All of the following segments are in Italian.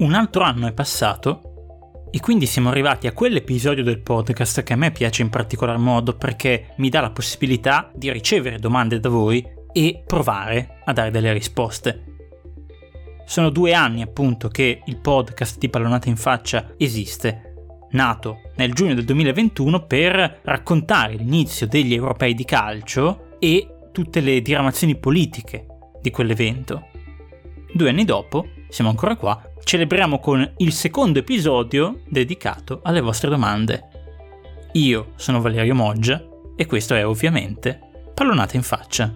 Un altro anno è passato e quindi siamo arrivati a quell'episodio del podcast che a me piace in particolar modo perché mi dà la possibilità di ricevere domande da voi e provare a dare delle risposte. Sono 2 anni appunto che il podcast di Pallonate in Faccia esiste, nato nel giugno del 2021 per raccontare l'inizio degli europei di calcio e tutte le diramazioni politiche di quell'evento. 2 anni dopo, siamo ancora qua, celebriamo con il secondo episodio dedicato alle vostre domande. Io sono Valerio Moggia e questo è ovviamente Pallonate in Faccia.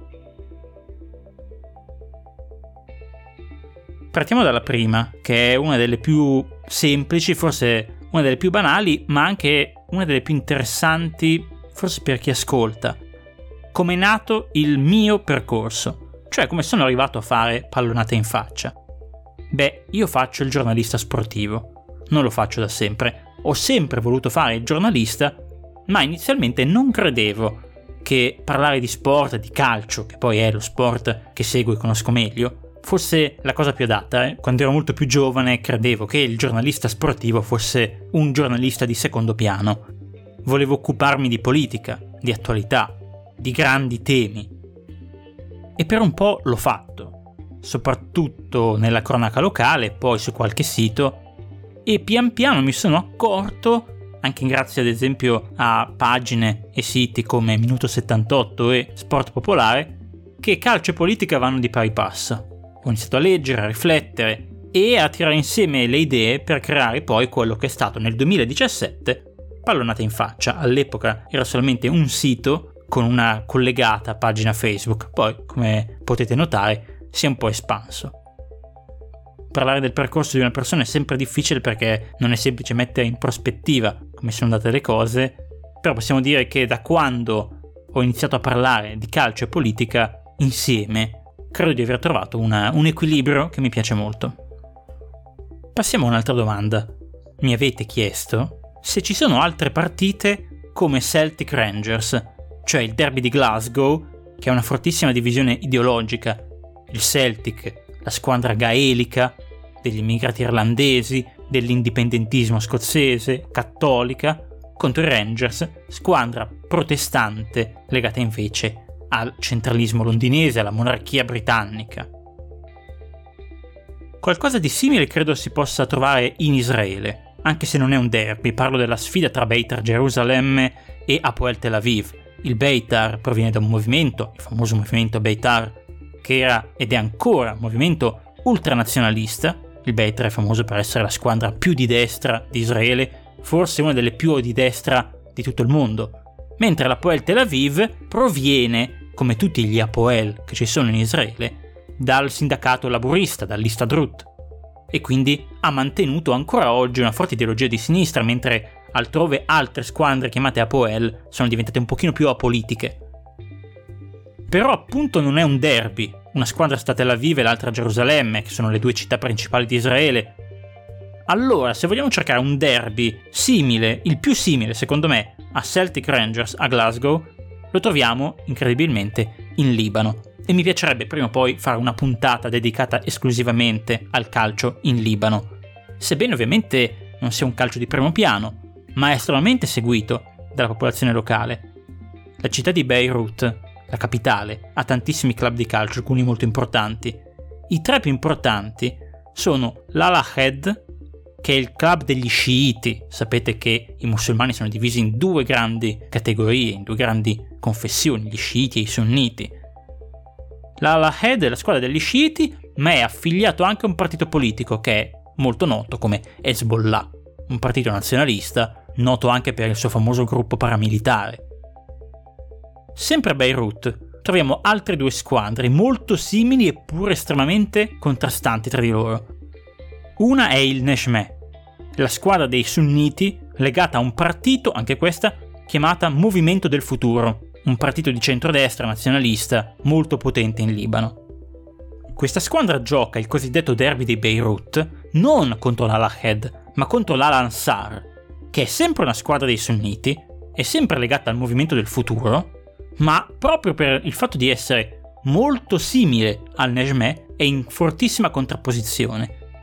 Partiamo dalla prima, che è una delle più semplici, forse una delle più banali, ma anche una delle più interessanti, forse per chi ascolta. Come è nato il mio percorso, cioè come sono arrivato a fare Pallonate in Faccia. Beh, io faccio il giornalista sportivo, non lo faccio da sempre. Ho sempre voluto fare il giornalista, ma inizialmente non credevo che parlare di sport, di calcio, che poi è lo sport che seguo e conosco meglio, fosse la cosa più adatta. Quando ero molto più giovane credevo che il giornalista sportivo fosse un giornalista di secondo piano. Volevo occuparmi di politica, di attualità, di grandi temi. E per un po' l'ho fatto, soprattutto nella cronaca locale, poi su qualche sito, e pian piano mi sono accorto, anche grazie ad esempio a pagine e siti come Minuto 78 e Sport Popolare, che calcio e politica vanno di pari passo. Ho iniziato a leggere, a riflettere e a tirare insieme le idee per creare poi quello che è stato nel 2017 Pallonate in Faccia. All'epoca era solamente un sito con una collegata pagina Facebook, poi come potete notare si è un po' espanso. Parlare del percorso di una persona è sempre difficile perché non è semplice mettere in prospettiva come sono andate le cose, però possiamo dire che da quando ho iniziato a parlare di calcio e politica insieme credo di aver trovato un equilibrio che mi piace molto. Passiamo a un'altra domanda. Mi avete chiesto se ci sono altre partite come Celtic Rangers, cioè il derby di Glasgow, che è una fortissima divisione ideologica. Il Celtic, la squadra gaelica, degli immigrati irlandesi, dell'indipendentismo scozzese, cattolica, contro i Rangers, squadra protestante legata invece al centralismo londinese, alla monarchia britannica. Qualcosa di simile credo si possa trovare in Israele, anche se non è un derby. Parlo della sfida tra Beitar Gerusalemme e Hapoel Tel Aviv. Il Beitar proviene da un movimento, il famoso movimento Beitar, che era ed è ancora un movimento ultranazionalista. Il Beitar è famoso per essere la squadra più di destra di Israele, forse una delle più di destra di tutto il mondo. Mentre l'Hapoel Tel Aviv proviene, come tutti gli Hapoel che ci sono in Israele, dal sindacato laburista, dall'Histadrut, e quindi ha mantenuto ancora oggi una forte ideologia di sinistra, mentre altrove altre squadre chiamate Hapoel sono diventate un pochino più apolitiche. Però appunto non è un derby, una squadra sta a Tel Aviv e l'altra a Gerusalemme, che sono le 2 città principali di Israele. Allora, se vogliamo cercare un derby simile, il più simile secondo me a Celtic Rangers a Glasgow, lo troviamo incredibilmente in Libano. E mi piacerebbe prima o poi fare una puntata dedicata esclusivamente al calcio in Libano. Sebbene ovviamente non sia un calcio di primo piano, ma è estremamente seguito dalla popolazione locale. La città di Beirut, la capitale, ha tantissimi club di calcio, alcuni molto importanti. I 3 più importanti sono l'Al-Ahed, che è il club degli sciiti. Sapete che i musulmani sono divisi in 2 grandi categorie, in 2 grandi confessioni, gli sciiti e i sunniti. L'Al-Ahed è la squadra degli sciiti, ma è affiliato anche a un partito politico che è molto noto come Hezbollah, un partito nazionalista noto anche per il suo famoso gruppo paramilitare. Sempre a Beirut troviamo altre 2 squadre molto simili eppure estremamente contrastanti tra di loro. Una è il Nejmeh, la squadra dei sunniti legata a un partito, anche questa, chiamata Movimento del Futuro, un partito di centrodestra nazionalista molto potente in Libano. Questa squadra gioca il cosiddetto derby di Beirut non contro l'Al-Ahed, ma contro l'Al-Ansar, che è sempre una squadra dei sunniti, è sempre legata al Movimento del Futuro, ma proprio per il fatto di essere molto simile al Nejmeh è in fortissima contrapposizione.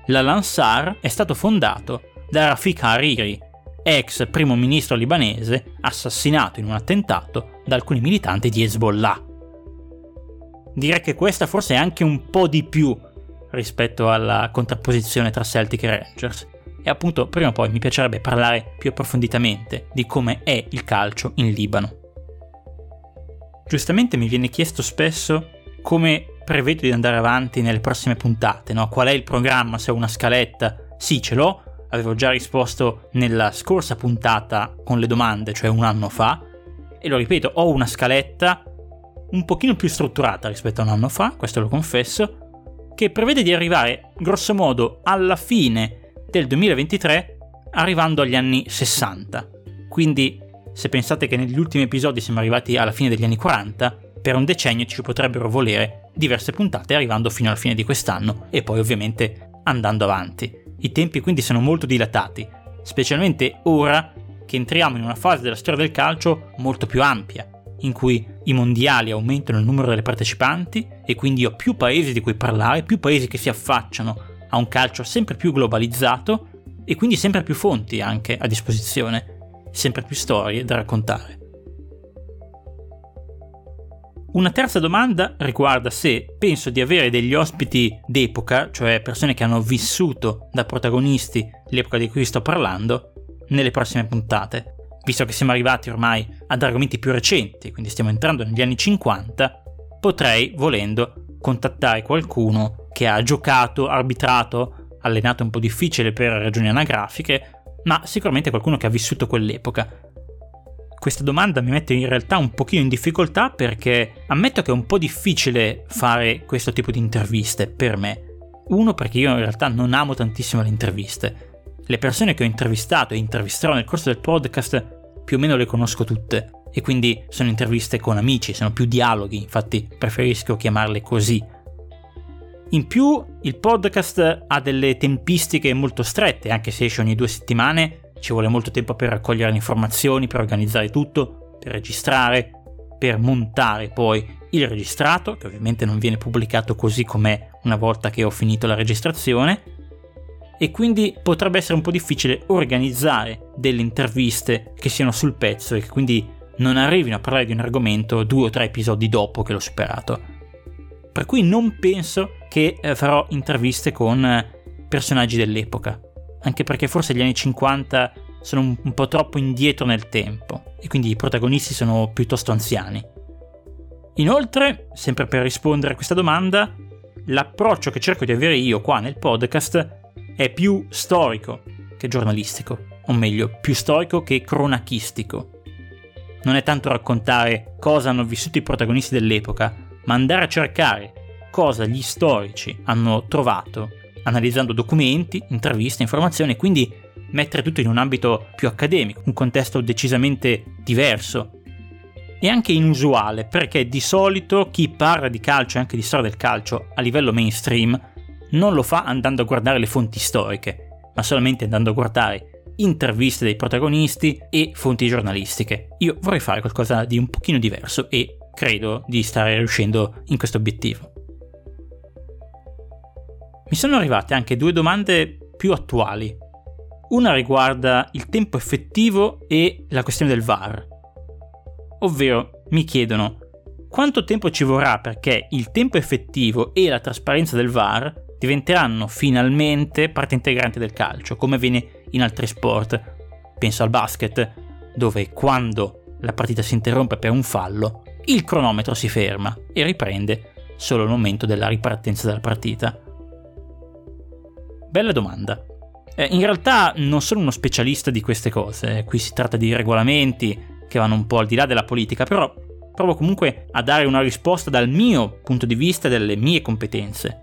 L'Al-Ansar è stato fondato da Rafik Hariri, ex primo ministro libanese assassinato in un attentato da alcuni militanti di Hezbollah. Direi che questa forse è anche un po' di più rispetto alla contrapposizione tra Celtic e Rangers. E appunto prima o poi mi piacerebbe parlare più approfonditamente di come è il calcio in Libano. Giustamente mi viene chiesto spesso come prevedo di andare avanti nelle prossime puntate, no? Qual è il programma, se ho una scaletta? Sì, ce l'ho, avevo già risposto nella scorsa puntata con le domande, cioè un anno fa, e lo ripeto, ho una scaletta un pochino più strutturata rispetto a un anno fa, questo lo confesso, che prevede di arrivare grosso modo alla fine del 2023 arrivando agli anni 60. Quindi se pensate che negli ultimi episodi siamo arrivati alla fine degli anni 40, per un decennio ci potrebbero volere diverse puntate arrivando fino alla fine di quest'anno e poi ovviamente andando avanti. I tempi quindi sono molto dilatati, specialmente ora che entriamo in una fase della storia del calcio molto più ampia, in cui i mondiali aumentano il numero delle partecipanti e quindi ho più paesi di cui parlare, più paesi che si affacciano a un calcio sempre più globalizzato e quindi sempre più fonti anche a disposizione, sempre più storie da raccontare. Una terza domanda riguarda se penso di avere degli ospiti d'epoca, cioè persone che hanno vissuto da protagonisti l'epoca di cui sto parlando, nelle prossime puntate. Visto che siamo arrivati ormai ad argomenti più recenti, quindi stiamo entrando negli anni 50, potrei, volendo, contattare qualcuno che ha giocato, arbitrato, allenato un po' difficile per ragioni anagrafiche, ma sicuramente qualcuno che ha vissuto quell'epoca. Questa domanda mi mette in realtà un pochino in difficoltà perché ammetto che è un po' difficile fare questo tipo di interviste per me. Uno, perché io in realtà non amo tantissimo le interviste. Le persone che ho intervistato e intervisterò nel corso del podcast più o meno le conosco tutte e quindi sono interviste con amici, sono più dialoghi, infatti preferisco chiamarle così. In più il podcast ha delle tempistiche molto strette, anche se esce ogni 2 settimane, ci vuole molto tempo per raccogliere le informazioni, per organizzare tutto, per registrare, per montare poi il registrato, che ovviamente non viene pubblicato così com'è una volta che ho finito la registrazione, e quindi potrebbe essere un po' difficile organizzare delle interviste che siano sul pezzo e che quindi non arrivino a parlare di un argomento 2 o 3 episodi dopo che l'ho superato. Per cui non penso che farò interviste con personaggi dell'epoca, anche perché forse gli anni 50 sono un po' troppo indietro nel tempo e quindi i protagonisti sono piuttosto anziani. Inoltre, sempre per rispondere a questa domanda, l'approccio che cerco di avere io qua nel podcast è più storico che giornalistico, o meglio, più storico che cronachistico. Non è tanto raccontare cosa hanno vissuto i protagonisti dell'epoca, ma andare a cercare cosa gli storici hanno trovato, analizzando documenti, interviste, informazioni, e quindi mettere tutto in un ambito più accademico, un contesto decisamente diverso e anche inusuale, perché di solito chi parla di calcio e anche di storia del calcio a livello mainstream non lo fa andando a guardare le fonti storiche, ma solamente andando a guardare interviste dei protagonisti e fonti giornalistiche. Io vorrei fare qualcosa di un pochino diverso e credo di stare riuscendo in questo obiettivo. Mi sono arrivate anche 2 domande più attuali. Una riguarda il tempo effettivo e la questione del VAR. Ovvero, mi chiedono quanto tempo ci vorrà perché il tempo effettivo e la trasparenza del VAR diventeranno finalmente parte integrante del calcio, come avviene in altri sport. Penso al basket, dove quando la partita si interrompe per un fallo, il cronometro si ferma e riprende solo al momento della ripartenza della partita. Bella domanda. In realtà non sono uno specialista di queste cose, qui si tratta di regolamenti che vanno un po' al di là della politica, però provo comunque a dare una risposta dal mio punto di vista e dalle mie competenze.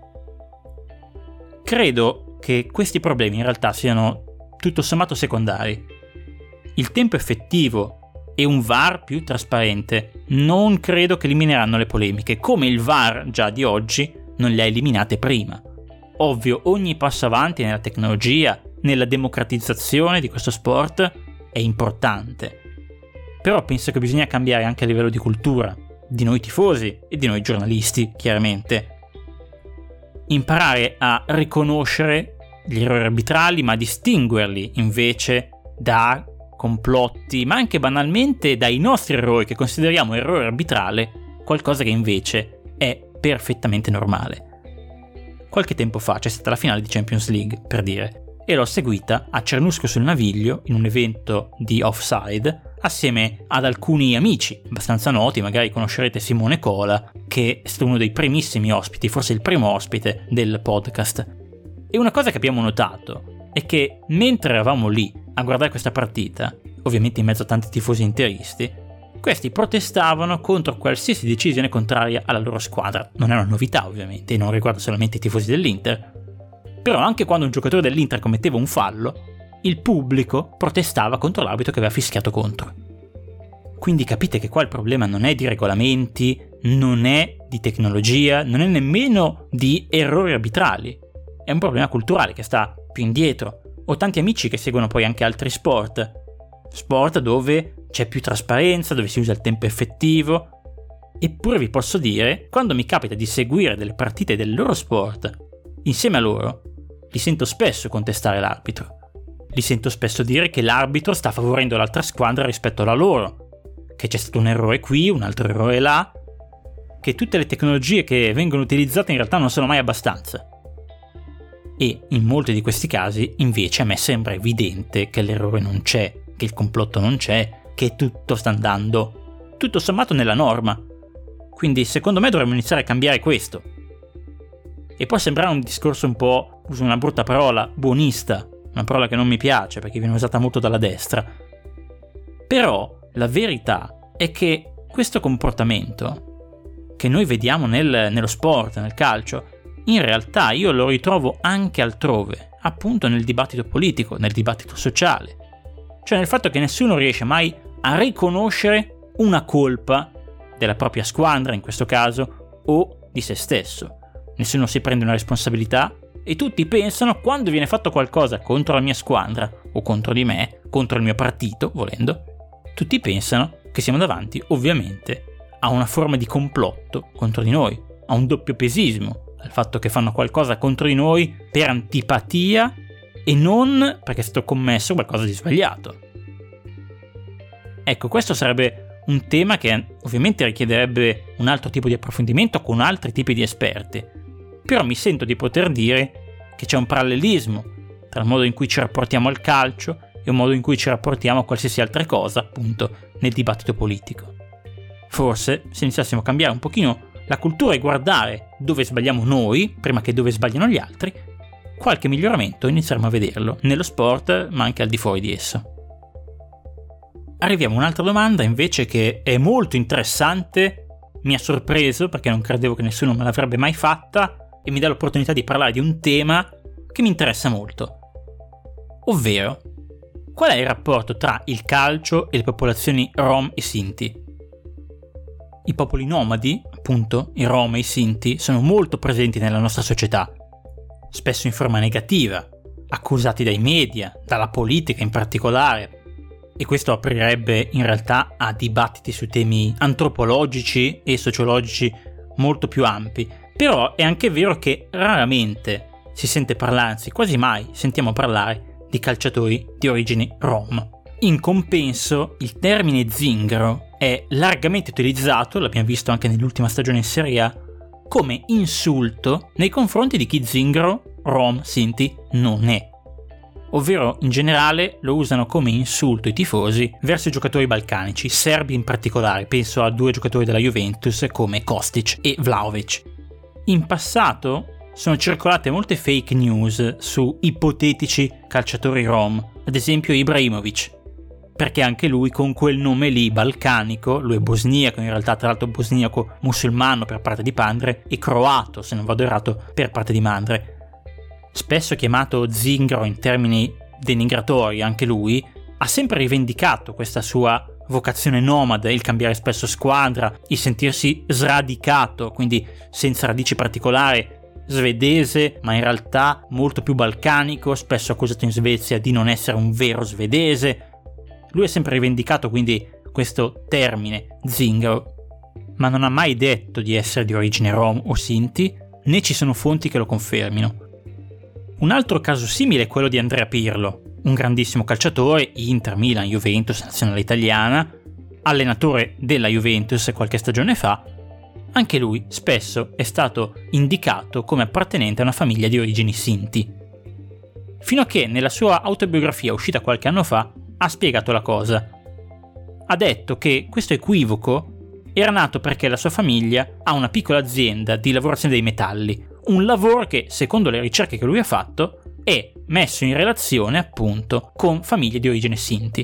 Credo che questi problemi in realtà siano tutto sommato secondari. Il tempo effettivo e un VAR più trasparente non credo che elimineranno le polemiche, come il VAR già di oggi non le ha eliminate prima. Ovvio, ogni passo avanti nella tecnologia, nella democratizzazione di questo sport è importante. Però penso che bisogna cambiare anche a livello di cultura, di noi tifosi e di noi giornalisti, chiaramente. Imparare a riconoscere gli errori arbitrali, ma distinguerli invece da complotti, ma anche banalmente dai nostri errori, che consideriamo errore arbitrale qualcosa che invece è perfettamente normale. Qualche tempo fa c'è stata la finale di Champions League, per dire, e l'ho seguita a Cernusco sul Naviglio in un evento di Offside assieme ad alcuni amici abbastanza noti. Magari conoscerete Simone Cola, che è stato uno dei primissimi ospiti, forse il primo ospite del podcast. E una cosa che abbiamo notato è che mentre eravamo lì a guardare questa partita, ovviamente in mezzo a tanti tifosi interisti, questi protestavano contro qualsiasi decisione contraria alla loro squadra. Non è una novità, ovviamente, e non riguarda solamente i tifosi dell'Inter. Però anche quando un giocatore dell'Inter commetteva un fallo, il pubblico protestava contro l'arbitro che aveva fischiato contro. Quindi capite che qua il problema non è di regolamenti, non è di tecnologia, non è nemmeno di errori arbitrali. È un problema culturale che sta più indietro. Ho tanti amici che seguono poi anche altri sport dove c'è più trasparenza, dove si usa il tempo effettivo. Eppure vi posso dire, quando mi capita di seguire delle partite del loro sport, insieme a loro, li sento spesso contestare l'arbitro. Li sento spesso dire che l'arbitro sta favorendo l'altra squadra rispetto alla loro, che c'è stato un errore qui, un altro errore là, che tutte le tecnologie che vengono utilizzate in realtà non sono mai abbastanza. E in molti di questi casi invece a me sembra evidente che l'errore non c'è, che il complotto non c'è, che tutto sta andando tutto sommato nella norma. Quindi secondo me dovremmo iniziare a cambiare questo. E può sembrare un discorso un po', uso una brutta parola, buonista, una parola che non mi piace perché viene usata molto dalla destra. Però la verità è che questo comportamento che noi vediamo nello sport, nel calcio, in realtà io lo ritrovo anche altrove, appunto nel dibattito politico, nel dibattito sociale. Cioè nel fatto che nessuno riesce mai a riconoscere una colpa della propria squadra, in questo caso, o di se stesso. Nessuno si prende una responsabilità e tutti pensano, quando viene fatto qualcosa contro la mia squadra o contro di me, contro il mio partito, volendo, tutti pensano che siamo davanti, ovviamente, a una forma di complotto contro di noi, a un doppiopesismo, al fatto che fanno qualcosa contro di noi per antipatia e non perché è stato commesso qualcosa di sbagliato. Ecco, questo sarebbe un tema che ovviamente richiederebbe un altro tipo di approfondimento con altri tipi di esperti, però mi sento di poter dire che c'è un parallelismo tra il modo in cui ci rapportiamo al calcio e il modo in cui ci rapportiamo a qualsiasi altra cosa, appunto, nel dibattito politico. Forse, se iniziassimo a cambiare un pochino la cultura e guardare dove sbagliamo noi, prima che dove sbagliano gli altri, qualche miglioramento inizieremo a vederlo, nello sport, ma anche al di fuori di esso. Arriviamo a un'altra domanda invece che è molto interessante, mi ha sorpreso perché non credevo che nessuno me l'avrebbe mai fatta e mi dà l'opportunità di parlare di un tema che mi interessa molto. Ovvero, qual è il rapporto tra il calcio e le popolazioni Rom e Sinti? I popoli nomadi, appunto, i Rom e i Sinti, sono molto presenti nella nostra società, spesso in forma negativa, accusati dai media, dalla politica in particolare, e questo aprirebbe in realtà a dibattiti su temi antropologici e sociologici molto più ampi. Però è anche vero che raramente si sente parlare, anzi quasi mai sentiamo parlare di calciatori di origini Rom. In compenso, il termine zingaro è largamente utilizzato, l'abbiamo visto anche nell'ultima stagione in Serie A, come insulto nei confronti di chi zingaro, Rom, Sinti non è. Ovvero, in generale, lo usano come insulto i tifosi verso i giocatori balcanici, serbi in particolare, penso a due giocatori della Juventus come Kostic e Vlahovic. In passato sono circolate molte fake news su ipotetici calciatori Rom, ad esempio Ibrahimovic, perché anche lui con quel nome lì balcanico, lui è bosniaco, in realtà tra l'altro bosniaco musulmano per parte di padre e croato, se non vado errato, per parte di madre. Spesso chiamato zingaro in termini denigratori, anche lui ha sempre rivendicato questa sua vocazione nomade, il cambiare spesso squadra, il sentirsi sradicato, quindi senza radici particolari, svedese, ma in realtà molto più balcanico, spesso accusato in Svezia di non essere un vero svedese. Lui ha sempre rivendicato quindi questo termine, zingaro, ma non ha mai detto di essere di origine Rom o Sinti, né ci sono fonti che lo confermino. Un altro caso simile è quello di Andrea Pirlo, un grandissimo calciatore, Inter, Milan, Juventus, nazionale italiana, allenatore della Juventus qualche stagione fa. Anche lui spesso è stato indicato come appartenente a una famiglia di origini Sinti, fino a che nella sua autobiografia uscita qualche anno fa ha spiegato la cosa. Ha detto che questo equivoco era nato perché la sua famiglia ha una piccola azienda di lavorazione dei metalli, un lavoro che, secondo le ricerche che lui ha fatto, è messo in relazione appunto con famiglie di origine Sinti.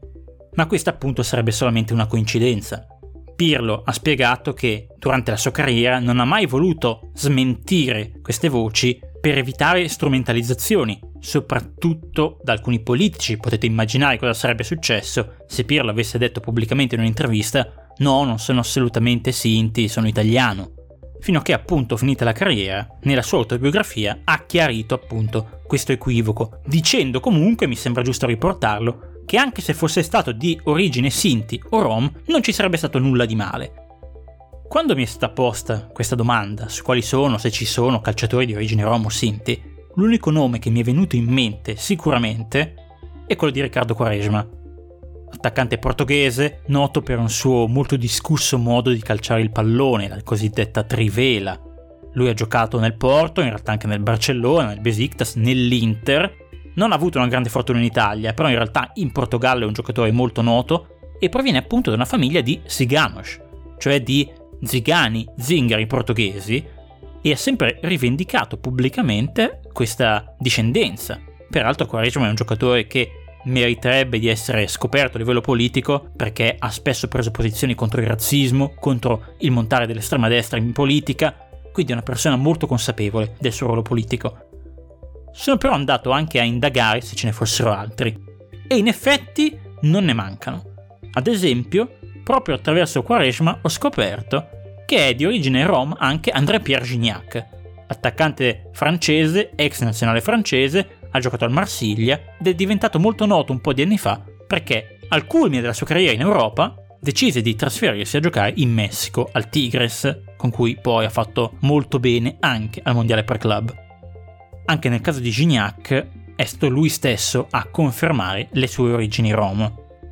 Ma questa appunto sarebbe solamente una coincidenza. Pirlo ha spiegato che durante la sua carriera non ha mai voluto smentire queste voci per evitare strumentalizzazioni, soprattutto da alcuni politici. Potete immaginare cosa sarebbe successo se Pirlo avesse detto pubblicamente in un'intervista: no, non sono assolutamente Sinti, sono italiano. Fino a che appunto, finita la carriera, nella sua autobiografia ha chiarito appunto questo equivoco, dicendo comunque, mi sembra giusto riportarlo, che anche se fosse stato di origine Sinti o Rom non ci sarebbe stato nulla di male. Quando mi è stata posta questa domanda su quali sono, se ci sono, calciatori di origine Rom o Sinti, l'unico nome che mi è venuto in mente sicuramente è quello di Riccardo Quaresma, attaccante portoghese, noto per un suo molto discusso modo di calciare il pallone, la cosiddetta trivela. Lui ha giocato nel Porto, in realtà anche nel Barcellona, nel Besiktas, nell'Inter. Non ha avuto una grande fortuna in Italia, però in realtà in Portogallo è un giocatore molto noto e proviene appunto da una famiglia di Ziganos, cioè di zigani, zingari portoghesi, e ha sempre rivendicato pubblicamente questa discendenza. Peraltro Quaresma è un giocatore che meriterebbe di essere scoperto a livello politico, perché ha spesso preso posizioni contro il razzismo, contro il montare dell'estrema destra in politica, quindi è una persona molto consapevole del suo ruolo politico. Sono però andato anche a indagare se ce ne fossero altri, e in effetti non ne mancano. Ad esempio, proprio attraverso Quaresma ho scoperto che è di origine rom anche André-Pierre Gignac, attaccante francese, ex nazionale francese, ha giocato al Marsiglia ed è diventato molto noto un po' di anni fa perché al culmine della sua carriera in Europa decise di trasferirsi a giocare in Messico al Tigres, con cui poi ha fatto molto bene anche al Mondiale per club. Anche nel caso di Gignac è stato lui stesso a confermare le sue origini rom.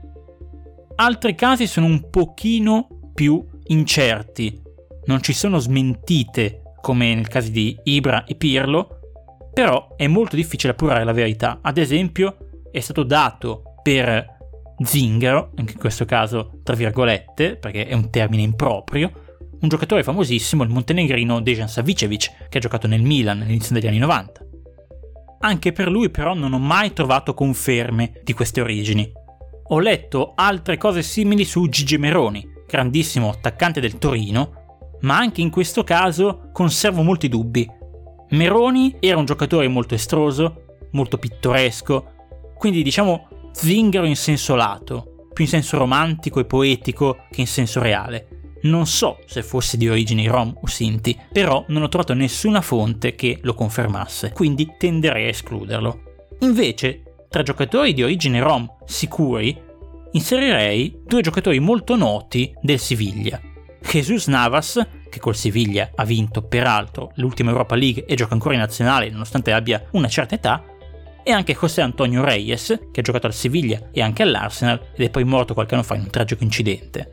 Altri casi sono un pochino più incerti, non ci sono smentite come nel caso di Ibra e Pirlo, però è molto difficile appurare la verità. Ad esempio è stato dato per zingaro, anche in questo caso tra virgolette perché è un termine improprio, un giocatore famosissimo, il montenegrino Dejan Savicevic, che ha giocato nel Milan all'inizio degli anni 90. Anche per lui però non ho mai trovato conferme di queste origini. Ho letto altre cose simili su Gigi Meroni, grandissimo attaccante del Torino, ma anche in questo caso conservo molti dubbi. Meroni era un giocatore molto estroso, molto pittoresco, quindi diciamo zingaro in senso lato, più in senso romantico e poetico che in senso reale. Non so se fosse di origini rom o sinti, però non ho trovato nessuna fonte che lo confermasse, quindi tenderei a escluderlo. Invece, tra giocatori di origine rom sicuri, inserirei due giocatori molto noti del Siviglia. Jesus Navas, che col Siviglia ha vinto peraltro l'ultima Europa League e gioca ancora in nazionale nonostante abbia una certa età, e anche José Antonio Reyes, che ha giocato al Siviglia e anche all'Arsenal ed è poi morto qualche anno fa in un tragico incidente.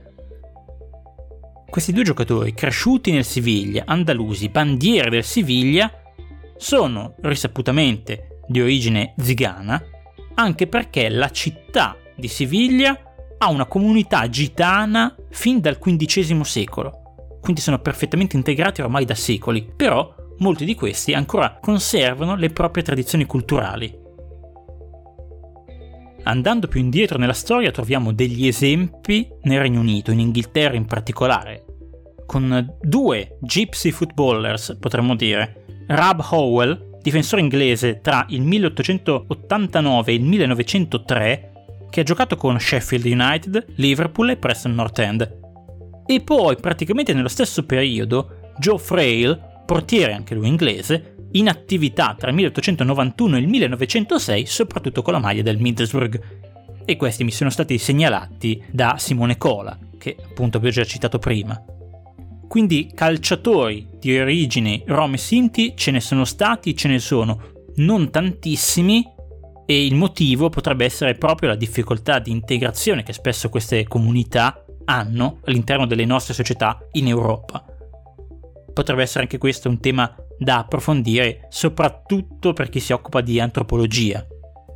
Questi due giocatori, cresciuti nel Siviglia, andalusi, bandiere del Siviglia, sono risaputamente di origine zigana, anche perché la città di Siviglia ha una comunità gitana fin dal XV secolo, quindi sono perfettamente integrati ormai da secoli, però molti di questi ancora conservano le proprie tradizioni culturali. Andando più indietro nella storia troviamo degli esempi nel Regno Unito, in Inghilterra in particolare, con due gypsy footballers, potremmo dire. Rab Howell, difensore inglese tra il 1889 e il 1903, che ha giocato con Sheffield United, Liverpool e Preston North End. E poi, praticamente nello stesso periodo, Joe Frail, portiere anche lui inglese, in attività tra il 1891 e il 1906, soprattutto con la maglia del Middlesbrough. E questi mi sono stati segnalati da Simone Cola, che appunto vi ho già citato prima. Quindi calciatori di origine rom e sinti ce ne sono stati, ce ne sono non tantissimi, e il motivo potrebbe essere proprio la difficoltà di integrazione che spesso queste comunità hanno all'interno delle nostre società in Europa. Potrebbe essere anche questo un tema da approfondire, soprattutto per chi si occupa di antropologia.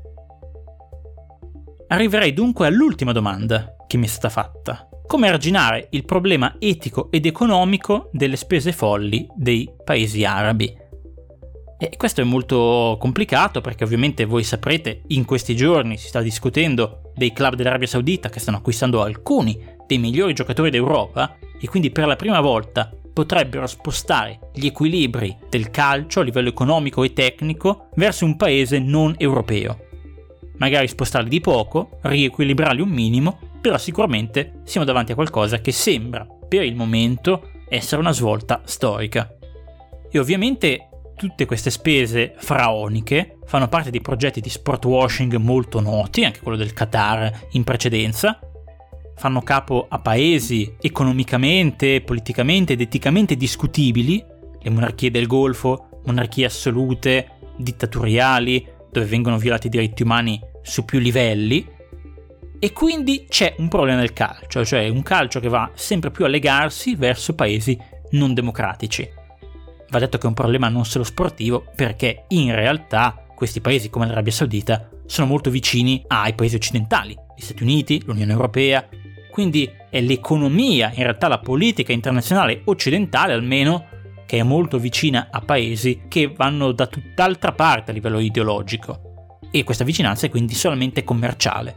Arriverei dunque all'ultima domanda che mi è stata fatta: come arginare il problema etico ed economico delle spese folli dei paesi arabi? E questo è molto complicato, perché ovviamente voi saprete, in questi giorni si sta discutendo dei club dell'Arabia Saudita che stanno acquistando alcuni dei migliori giocatori d'Europa, e quindi per la prima volta potrebbero spostare gli equilibri del calcio a livello economico e tecnico verso un paese non europeo. Magari spostarli di poco, riequilibrarli un minimo, però sicuramente siamo davanti a qualcosa che sembra, per il momento, essere una svolta storica. E ovviamente tutte queste spese faraoniche fanno parte di progetti di sport washing molto noti, anche quello del Qatar in precedenza. Fanno capo a paesi economicamente, politicamente ed eticamente discutibili, le monarchie del Golfo, monarchie assolute, dittatoriali, dove vengono violati i diritti umani su più livelli. E quindi c'è un problema nel calcio, cioè un calcio che va sempre più a legarsi verso paesi non democratici. Va detto che è un problema non solo sportivo, perché in realtà questi paesi come l'Arabia Saudita sono molto vicini ai paesi occidentali, gli Stati Uniti, l'Unione Europea, quindi è l'economia, in realtà la politica internazionale occidentale almeno, che è molto vicina a paesi che vanno da tutt'altra parte a livello ideologico, e questa vicinanza è quindi solamente commerciale.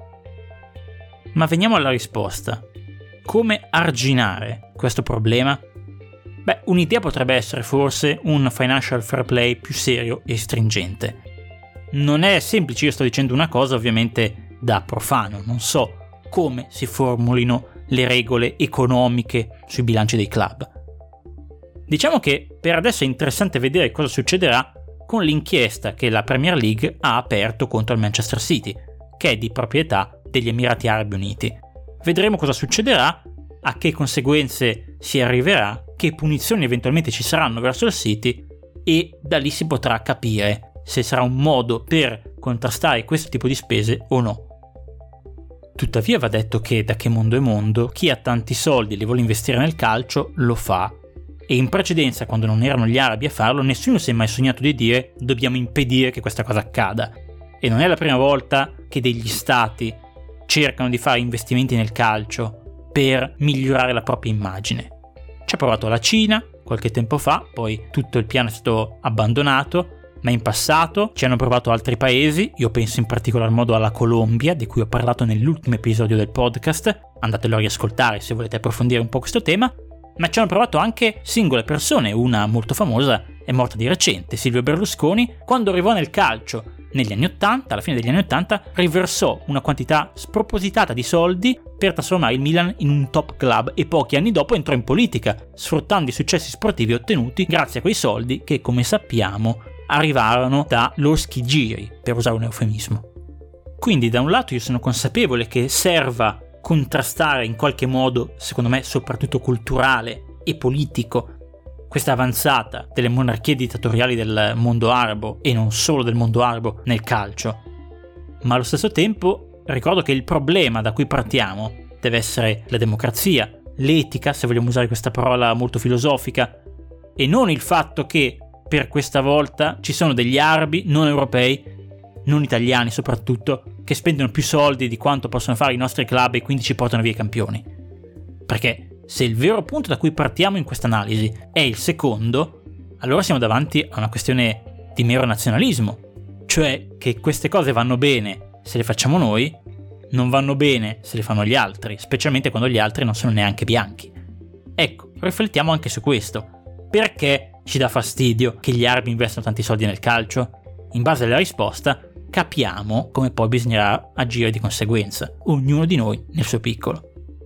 Ma veniamo alla risposta. Come arginare questo problema? Beh, un'idea potrebbe essere forse un financial fair play più serio e stringente. Non è semplice, io sto dicendo una cosa ovviamente da profano, non so come si formulino le regole economiche sui bilanci dei club. Diciamo che per adesso è interessante vedere cosa succederà con l'inchiesta che la Premier League ha aperto contro il Manchester City, che è di proprietà degli Emirati Arabi Uniti. Vedremo cosa succederà, a che conseguenze si arriverà, che punizioni eventualmente ci saranno verso il City, e da lì si potrà capire se sarà un modo per contrastare questo tipo di spese o no. Tuttavia va detto che da che mondo è mondo, chi ha tanti soldi e li vuole investire nel calcio lo fa, e in precedenza, quando non erano gli arabi a farlo, nessuno si è mai sognato di dire dobbiamo impedire che questa cosa accada. E non è la prima volta che degli stati cercano di fare investimenti nel calcio per migliorare la propria immagine. Ci ha provato la Cina qualche tempo fa, poi tutto il piano è stato abbandonato, ma in passato ci hanno provato altri paesi, io penso in particolar modo alla Colombia, di cui ho parlato nell'ultimo episodio del podcast, andatelo a riascoltare se volete approfondire un po' questo tema, ma ci hanno provato anche singole persone, una molto famosa è morta di recente, Silvio Berlusconi, quando arrivò nel calcio negli anni 80, alla fine degli anni 80, riversò una quantità spropositata di soldi per trasformare il Milan in un top club e pochi anni dopo entrò in politica, sfruttando i successi sportivi ottenuti grazie a quei soldi che, come sappiamo, arrivarono da loschi giri, per usare un eufemismo. Quindi da un lato io sono consapevole che serva contrastare in qualche modo, secondo me soprattutto culturale e politico, questa avanzata delle monarchie dittatoriali del mondo arabo e non solo del mondo arabo nel calcio, ma allo stesso tempo ricordo che il problema da cui partiamo deve essere la democrazia, l'etica, se vogliamo usare questa parola molto filosofica, e non il fatto che per questa volta ci sono degli arabi non europei, non italiani soprattutto, che spendono più soldi di quanto possono fare i nostri club e quindi ci portano via i campioni. Perché se il vero punto da cui partiamo in questa analisi è il secondo, allora siamo davanti a una questione di mero nazionalismo, cioè che queste cose vanno bene se le facciamo noi, non vanno bene se le fanno gli altri, specialmente quando gli altri non sono neanche bianchi. Ecco, riflettiamo anche su questo. Perché ci dà fastidio che gli arabi investano tanti soldi nel calcio? In base alla risposta capiamo come poi bisognerà agire di conseguenza, ognuno di noi nel suo piccolo.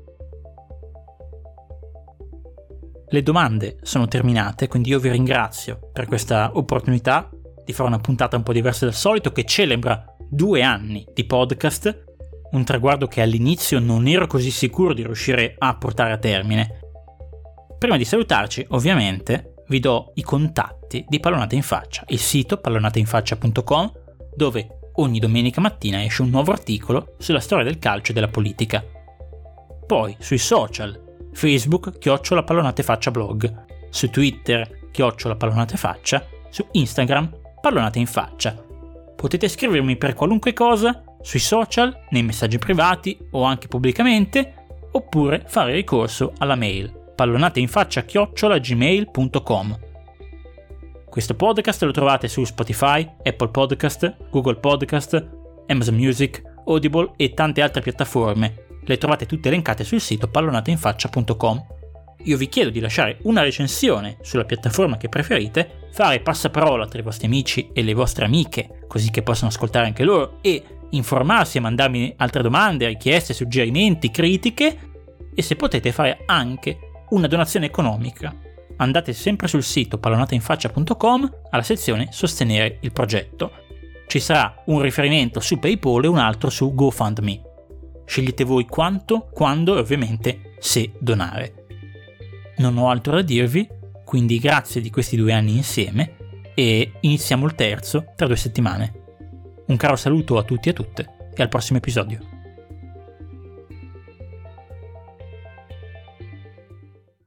Le domande sono terminate, quindi io vi ringrazio per questa opportunità di fare una puntata un po' diversa dal solito che celebra 2 anni di podcast, un traguardo che all'inizio non ero così sicuro di riuscire a portare a termine. Prima di salutarci, ovviamente, vi do i contatti di Pallonate in Faccia, il sito pallonateinfaccia.com, dove ogni domenica mattina esce un nuovo articolo sulla storia del calcio e della politica. Poi sui social, Facebook @pallonatefacciablog, su Twitter @pallonatefaccia, su Instagram Pallonate in Faccia. Potete scrivermi per qualunque cosa sui social, nei messaggi privati o anche pubblicamente, oppure fare ricorso alla mail pallonateinfaccia@gmail.com. Questo podcast lo trovate su Spotify, Apple Podcast, Google Podcast, Amazon Music, Audible e tante altre piattaforme. Le trovate tutte elencate sul sito pallonateinfaccia.com. Io vi chiedo di lasciare una recensione sulla piattaforma che preferite, fare passaparola tra i vostri amici e le vostre amiche, così che possano ascoltare anche loro e informarsi e mandarmi altre domande, richieste, suggerimenti, critiche, e se potete fare anche una donazione economica. Andate sempre sul sito pallonateinfaccia.com alla sezione Sostenere il progetto. Ci sarà un riferimento su PayPal e un altro su GoFundMe. Scegliete voi quanto, quando e ovviamente se donare. Non ho altro da dirvi, quindi grazie di questi 2 anni insieme e iniziamo il terzo tra 2 settimane. Un caro saluto a tutti e a tutte e al prossimo episodio.